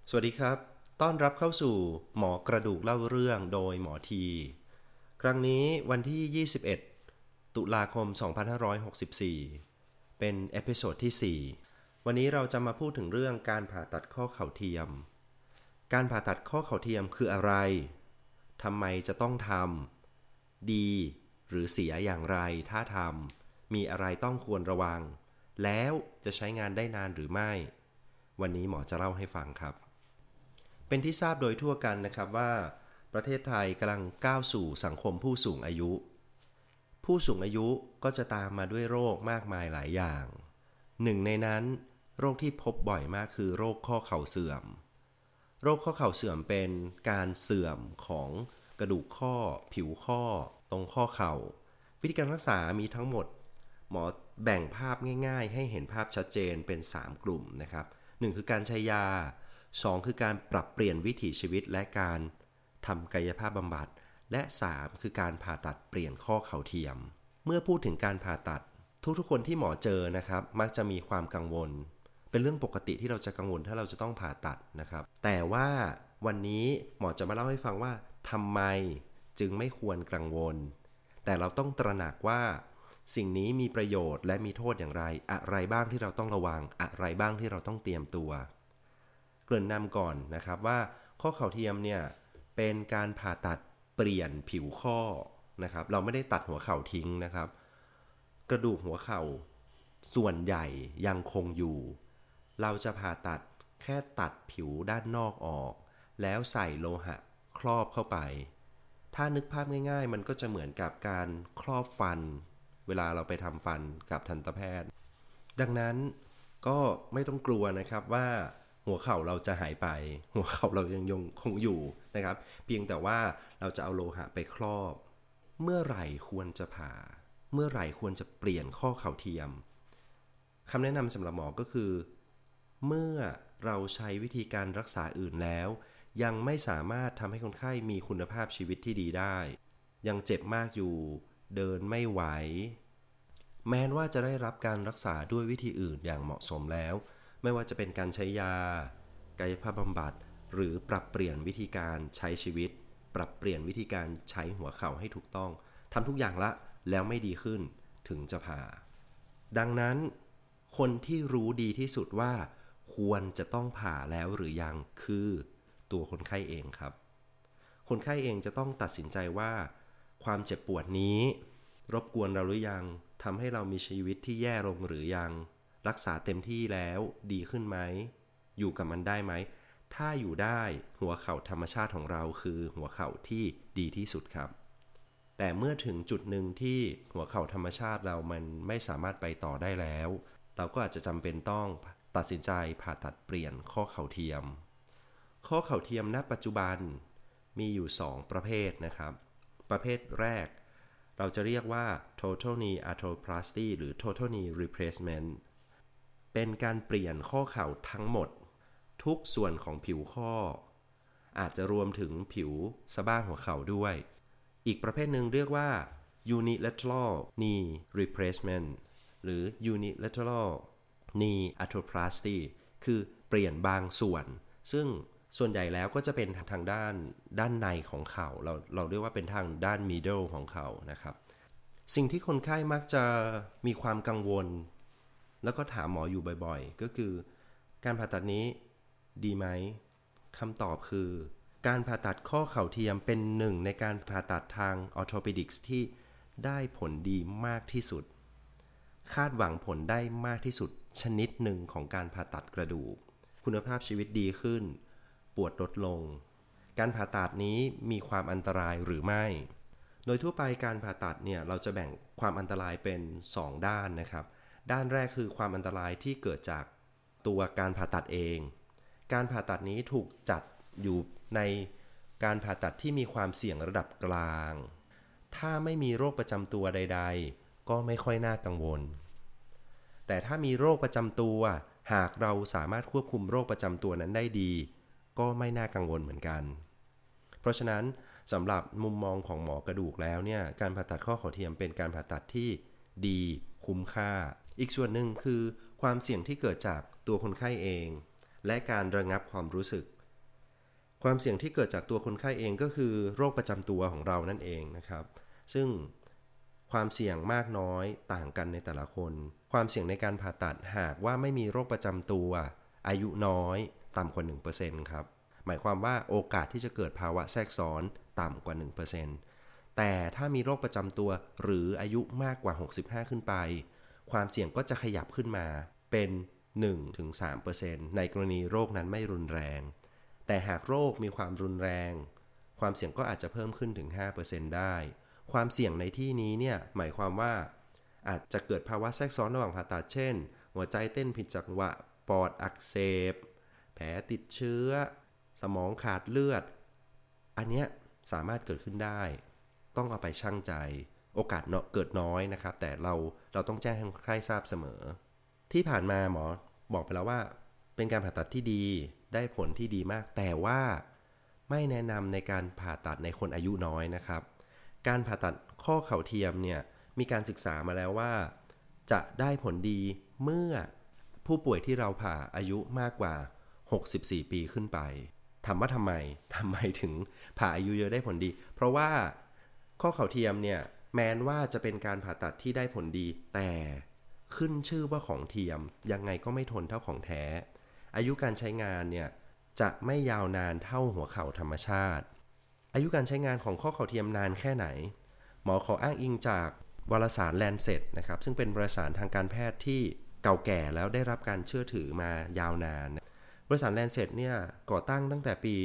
สวัสดีครับต้อนรับเข้าสู่หมอกระดูกเล่าเรื่องโดยหมอทีครั้งนี้วันที่21ตุลาคม2564เป็นเอพิโซดที่4วันนี้เราจะมาพูดถึงเรื่องการผ่าตัดข้อเข่าเทียมการผ่าตัดข้อเข่าเทียมคืออะไรทำไมจะต้องทำดีหรือเสียอย่างไรถ้าทำมีอะไรต้องควรระวังแล้วจะใช้งานได้นานหรือไม่วันนี้หมอจะเล่าให้ฟังครับ เป็นที่ทราบโดยทั่วกันนะครับว่าประเทศไทยกำลังก้าวสู่สังคมผู้สูงอายุผู้สูงอายุก็จะตามมาด้วยโรคมากมายหลายอย่างหนึ่งในนั้นโรคที่พบบ่อยมากคือโรคข้อเข่าเสื่อมโรคข้อเข่าเสื่อมเป็นการเสื่อมของกระดูกข้อผิวข้อตรงข้อเข่าวิธีการรักษามีทั้งหมดหมอแบ่งภาพง่ายๆให้เห็นภาพชัดเจนเป็น3กลุ่มนะครับ1คือการใช้ยา2คือการปรับเปลี่ยนวิถีชีวิตและการทำกายภาพบำบัดและ3คือการผ่าตัดเปลี่ยนข้อเข่าเทียมเมื่อพูดถึงการผ่าตัดทุกๆคนที่หมอเจอนะครับมักจะมีความกังวลเป็นเรื่องปกติที่เราจะกังวลถ้าเราจะต้องผ่าตัดนะครับแต่ว่าวันนี้หมอจะมาเล่าให้ฟังว่าทำไมจึงไม่ควรกังวลแต่เราต้องตระหนักว่าสิ่งนี้มีประโยชน์และมีโทษอย่างไรอะไรบ้างที่เราต้องระวังอะไรบ้างที่เราต้องเตรียมตัวเกริ่นนำก่อนนะครับว่าข้อเข่าเทียมเนี่ยเป็นการผ่าตัดเปลี่ยนผิวข้อนะครับเราไม่ได้ตัดหัวเข่าทิ้งนะครับกระดูกหัวเข่าส่วนใหญ่ยังคงอยู่เราจะผ่าตัดแค่ตัดผิวด้านนอกออกแล้วใส่โลหะครอบเข้าไปถ้านึกภาพง่ายๆมันก็จะเหมือนกับการครอบฟันเวลาเราไปทำฟันกับทันตแพทย์ดังนั้นก็ไม่ต้องกลัวนะครับว่าหัวเข่าเราจะหายไปหัวเข่าเรายังคงอยู่นะครับเพียงแต่ว่าเราจะเอาโลหะไปครอบเมื่อไหร่ควรจะผ่าเมื่อไหร่ควรจะเปลี่ยนข้อเข่าเทียมคำแนะนำสำหรับหมอก็คือเมื่อเราใช้วิธีการรักษาอื่นแล้วยังไม่สามารถทำให้คนไข้มีคุณภาพชีวิตที่ดีได้ยังเจ็บมากอยู่เดินไม่ไหวแม้ว่าจะได้รับการรักษาด้วยวิธีอื่นอย่างเหมาะสมแล้วไม่ว่าจะเป็นการใช้ยากายภาพบำบัดหรือปรับเปลี่ยนวิธีการใช้ชีวิตปรับเปลี่ยนวิธีการใช้หัวเข่าให้ถูกต้องทำทุกอย่างละแล้วไม่ดีขึ้นถึงจะผ่าดังนั้นคนที่รู้ดีที่สุดว่าควรจะต้องผ่าแล้วหรือยังคือตัวคนไข้เองครับคนไข้เองจะต้องตัดสินใจว่าความเจ็บปวดนี้รบกวนเราหรือยังทำให้เรามีชีวิตที่แย่ลงหรือยังรักษาเต็มที่แล้วดีขึ้นไหมอยู่กับมันได้ไหมถ้าอยู่ได้หัวเข่าธรรมชาติของเราคือหัวเข่าที่ดีที่สุดครับแต่เมื่อถึงจุดหนึ่งที่หัวเข่าธรรมชาติเรามันไม่สามารถไปต่อได้แล้วเราก็อาจจะจำเป็นต้องตัดสินใจผ่าตัดเปลี่ยนข้อเข่าเทียมข้อเข่าเทียมณปัจจุบันมีอยู่2ประเภทนะครับประเภทแรกเราจะเรียกว่า total knee arthroplasty หรือ total knee replacement เป็นการเปลี่ยนข้อเข่าทั้งหมดทุกส่วนของผิวข้ออาจจะรวมถึงผิวสะบ้างหัวเข่าด้วยอีกประเภทหนึ่งเรียกว่า unilateral knee replacement หรือ unilateral knee arthroplasty คือเปลี่ยนบางส่วนซึ่งส่วนใหญ่แล้วก็จะเป็นทางด้านในของเข่าเราเรียกว่าเป็นทางด้าน middle ของเข่านะครับสิ่งที่คนไข้มักจะมีความกังวลแล้วก็ถามหมออยู่บ่อยๆก็คือการผ่าตัดนี้ดีไหมคำตอบคือการผ่าตัดข้อเข่าเทียมเป็นหนึ่งในการผ่าตัดทางออร์โธปิดิกส์ที่ได้ผลดีมากที่สุดคาดหวังผลได้มากที่สุดชนิดหนึ่งของการผ่าตัดกระดูกคุณภาพชีวิตดีขึ้นปวดลดลงการผ่าตัดนี้มีความอันตรายหรือไม่โดยทั่วไปการผ่าตัดเนี่ยเราจะแบ่งความอันตรายเป็น2ด้านนะครับด้านแรกคือความอันตรายที่เกิดจากตัวการผ่าตัดเองการผ่าตัดนี้ถูกจัดอยู่ในการผ่าตัดที่มีความเสี่ยงระดับกลางถ้าไม่มีโรคประจำตัวใดๆก็ไม่ค่อยน่ากังวลแต่ถ้ามีโรคประจำตัวหากเราสามารถควบคุมโรคประจำตัวนั้นได้ดีก็ไม่น่ากังวลเหมือนกันเพราะฉะนั้นสำหรับมุมมองของหมอกระดูกแล้วเนี่ยการผ่าตัดข้อเข่าเทียมเป็นการผ่าตัดที่ดีคุ้มค่าอีกส่วนหนึ่งคือความเสี่ยงที่เกิดจากตัวคนไข้เองและการระงับความรู้สึกความเสี่ยงที่เกิดจากตัวคนไข้เองก็คือโรคประจำตัวของเรานั่นเองนะครับซึ่งความเสี่ยงมากน้อยต่างกันในแต่ละคนความเสี่ยงในการผ่าตัดหากว่าไม่มีโรคประจำตัวอายุน้อยต่ำกว่า 1% ครับหมายความว่าโอกาสที่จะเกิดภาวะแทรกซ้อนต่ำกว่า 1% แต่ถ้ามีโรคประจำตัวหรืออายุมากกว่า65ขึ้นไปความเสี่ยงก็จะขยับขึ้นมาเป็น 1-3% ในกรณีโรคนั้นไม่รุนแรงแต่หากโรคมีความรุนแรงความเสี่ยงก็อาจจะเพิ่มขึ้นถึง 5% ได้ความเสี่ยงในที่นี้เนี่ยหมายความว่าอาจจะเกิดภาวะแทรกซ้อนระหว่างผ่าตัดเช่นหัวใจเต้นผิดจังหวะปอดอักเสบแผลติดเชื้อสมองขาดเลือดอันเนี้ยสามารถเกิดขึ้นได้ต้องเอาไปชั่งใจโอกาสเกิดน้อยนะครับแต่เราต้องแจ้งให้คนไข้ทราบเสมอที่ผ่านมาหมอบอกไปแล้วว่าเป็นการผ่าตัดที่ดีได้ผลที่ดีมากแต่ว่าไม่แนะนำในการผ่าตัดในคนอายุน้อยนะครับการผ่าตัดข้อเข่าเทียมเนี่ยมีการศึกษามาแล้วว่าจะได้ผลดีเมื่อผู้ป่วยที่เราผ่าอายุมากกว่า64ปีขึ้นไปถามว่าทำไมถึงผ่าอายุเยอะได้ผลดีเพราะว่าข้อเข่าเทียมเนี่ยแม้ว่าจะเป็นการผ่าตัดที่ได้ผลดีแต่ขึ้นชื่อว่าของเทียมยังไงก็ไม่ทนเท่าของแท้อายุการใช้งานเนี่ยจะไม่ยาวนานเท่าหัวเข่าธรรมชาติอายุการใช้งานของข้อเข่าเทียมนานแค่ไหนหมอขออ้างอิงจากวารสาร Lancet นะครับซึ่งเป็นวารสารทางการแพทย์ที่เก่าแก่แล้วได้รับการเชื่อถือมายาวนานวารสาร Lancet เนี่ยก่อตั้งตั้งแต่ปี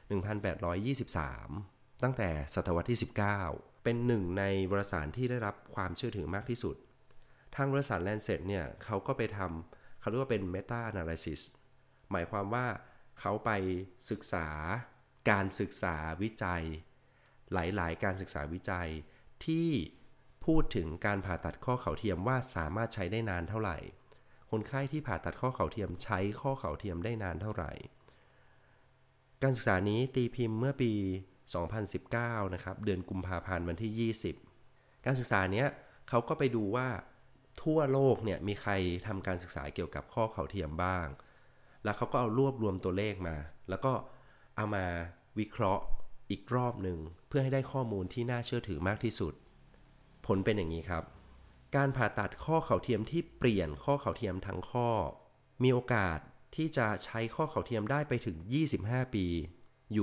1823 ตั้งแต่ศตวรรษที่ 19 เป็นหนึ่งในวารสารที่ได้รับความเชื่อถือมากที่สุดทางวารสาร Lancet เนี่ยเขาก็ไปทำเขาเรียกว่าเป็น Meta Analysis หมายความว่าเขาไปศึกษาการศึกษาวิจัยหลายๆการศึกษาวิจัยที่พูดถึงการผ่าตัดข้อเข่าเทียมว่าสามารถใช้ได้นานเท่าไหร่คนไข้ที่ผ่าตัดข้อเข่าเทียมใช้ข้อเข่าเทียมได้นานเท่าไหร่การศึกษานี้ตีพิมพ์เมื่อปี 2019 นะครับเดือนกุมภาพันธ์วันที่ 20การศึกษาเนี้ยเขาก็ไปดูว่าทั่วโลกเนี่ยมีใครทำการศึกษาเกี่ยวกับข้อเข่าเทียมบ้างแล้วเขาก็เอารวบรวมตัวเลขมาแล้วก็เอามาวิเคราะห์อีกรอบหนึ่งเพื่อให้ได้ข้อมูลที่น่าเชื่อถือมากที่สุดผลเป็นอย่างนี้ครับการผ่าตัดข้อเข่าเทียมที่เปลี่ยนข้อเข่าเทียมทั้งข้อมีโอกาสที่จะใช้ข้อเข่าเทียมได้ไปถึง25ปีอยู่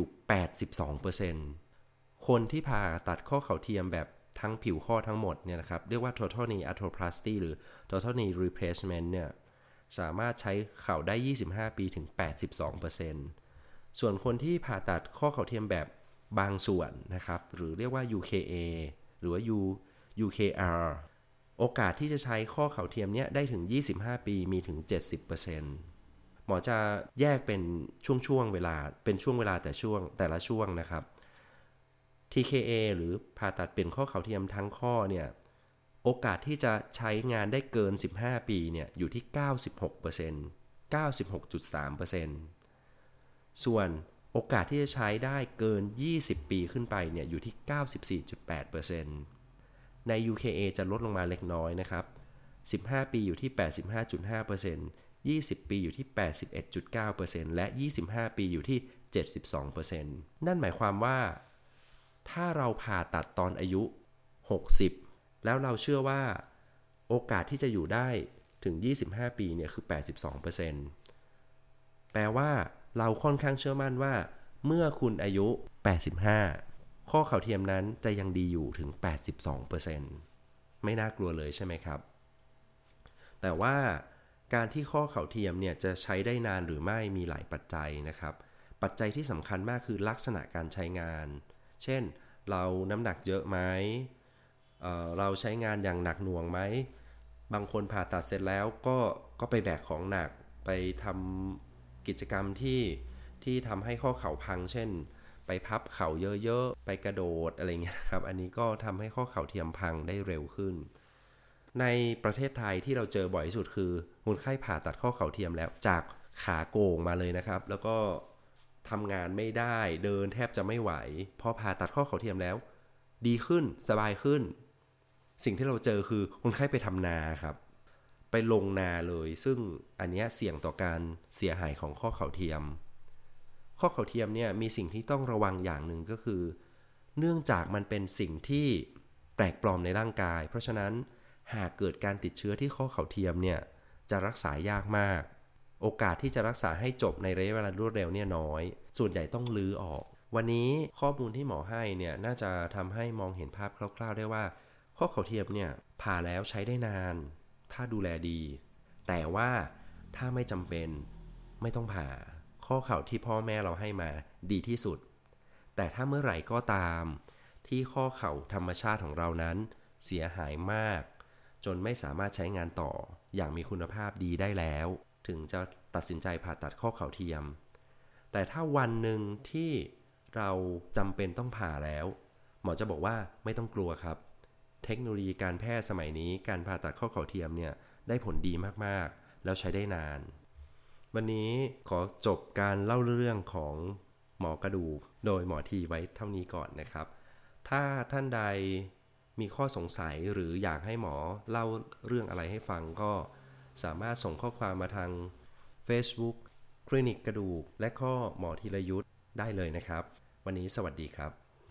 82% คนที่ผ่าตัดข้อเข่าเทียมแบบทั้งผิวข้อทั้งหมดเนี่ยนะครับเรียกว่า total knee arthroplasty หรือ total knee replacement เนี่ยสามารถใช้เข่าได้25ปีถึง 82% ส่วนคนที่ผ่าตัดข้อเข่าเทียมแบบบางส่วนนะครับหรือเรียกว่า UKA หรือว่า UKR โอกาสที่จะใช้ข้อเข่าเทียมเนี่ยได้ถึง25ปีมีถึง 70% หมอจะแยกเป็นช่วงเวลาเป็นช่วงเวลาแต่ละช่วงนะครับ TKA หรือผ่าตัดเปลี่ยนข้อเข่าเทียมทั้งข้อเนี่ยโอกาสที่จะใช้งานได้เกิน15ปีเนี่ยอยู่ที่ 96% 96.3% ส่วนโอกาสที่จะใช้ได้เกิน20ปีขึ้นไปเนี่ยอยู่ที่ 94.8% ใน UKA จะลดลงมาเล็กน้อยนะครับ15ปีอยู่ที่ 85.5% 20ปีอยู่ที่ 81.9% และ 25ปีอยู่ที่ 72% นั่นหมายความว่าถ้าเราผ่าตัดตอนอายุ60แล้วเราเชื่อว่าโอกาสที่จะอยู่ได้ถึง25ปีเนี่ยคือ 82% แปลว่าเราค่อนข้างเชื่อมั่นว่าเมื่อคุณอายุ85ข้อเข่าเทียมนั้นจะยังดีอยู่ถึง 82% ไม่น่ากลัวเลยใช่ไหมครับแต่ว่าการที่ข้อเข่าเทียมเนี่ยจะใช้ได้นานหรือไม่มีหลายปัจจัยนะครับปัจจัยที่สำคัญมากคือลักษณะการใช้งานเช่นเราน้ำหนักเยอะไหมเราใช้งานอย่างหนักหน่วงไหมบางคนผ่าตัดเสร็จแล้วก็ไปแบกของหนักไปทำกิจกรรมที่ทำให้ข้อเข่าพังเช่นไปพับเข่าเยอะๆไปกระโดดอะไรเงี้ยครับอันนี้ก็ทำให้ข้อเข่าเทียมพังได้เร็วขึ้นในประเทศไทยที่เราเจอบ่อยที่สุดคือคนไข้ผ่าตัดข้อเข่าเทียมแล้วจากขาโก่งมาเลยนะครับแล้วก็ทำงานไม่ได้เดินแทบจะไม่ไหวพอผ่าตัดข้อเข่าเทียมแล้วดีขึ้นสบายขึ้นสิ่งที่เราเจอคือคนไข้ไปทำนาครับไปลงนาเลยซึ่งอันนี้เสี่ยงต่อการเสียหายของข้อเข่าเทียมข้อเข่าเทียมเนี่ยมีสิ่งที่ต้องระวังอย่างหนึ่งก็คือเนื่องจากมันเป็นสิ่งที่แปลกปลอมในร่างกายเพราะฉะนั้นหากเกิดการติดเชื้อที่ข้อเข่าเทียมเนี่ยจะรักษายากมากโอกาสที่จะรักษาให้จบในระยะเวลารวดเร็วเนี่ยน้อยส่วนใหญ่ต้องลื้อออกวันนี้ข้อมูลที่หมอให้เนี่ยน่าจะทำให้มองเห็นภาพคร่าวๆได้ว่าข้อเข่าเทียมเนี่ยผ่าแล้วใช้ได้นานถ้าดูแลดีแต่ว่าถ้าไม่จำเป็นไม่ต้องผ่าข้อเข่าที่พ่อแม่เราให้มาดีที่สุดแต่ถ้าเมื่อไหร่ก็ตามที่ข้อเข่าธรรมชาติของเรานั้นเสียหายมากจนไม่สามารถใช้งานต่ออย่างมีคุณภาพดีได้แล้วถึงจะตัดสินใจผ่าตัดข้อเข่าเทียมแต่ถ้าวันหนึ่งที่เราจำเป็นต้องผ่าแล้วหมอจะบอกว่าไม่ต้องกลัวครับเทคโนโลยีการแพทย์สมัยนี้การผ่าตัดข้อเข่าเทียมเนี่ยได้ผลดีมากๆแล้วใช้ได้นานวันนี้ขอจบการเล่าเรื่องของหมอกระดูกโดยหมอทีไว้เท่านี้ก่อนนะครับถ้าท่านใดมีข้อสงสัยหรืออยากให้หมอเล่าเรื่องอะไรให้ฟังก็สามารถส่งข้อความมาทาง Facebook คลินิกกระดูกและข้อหมอธีรยุทธได้เลยนะครับวันนี้สวัสดีครับ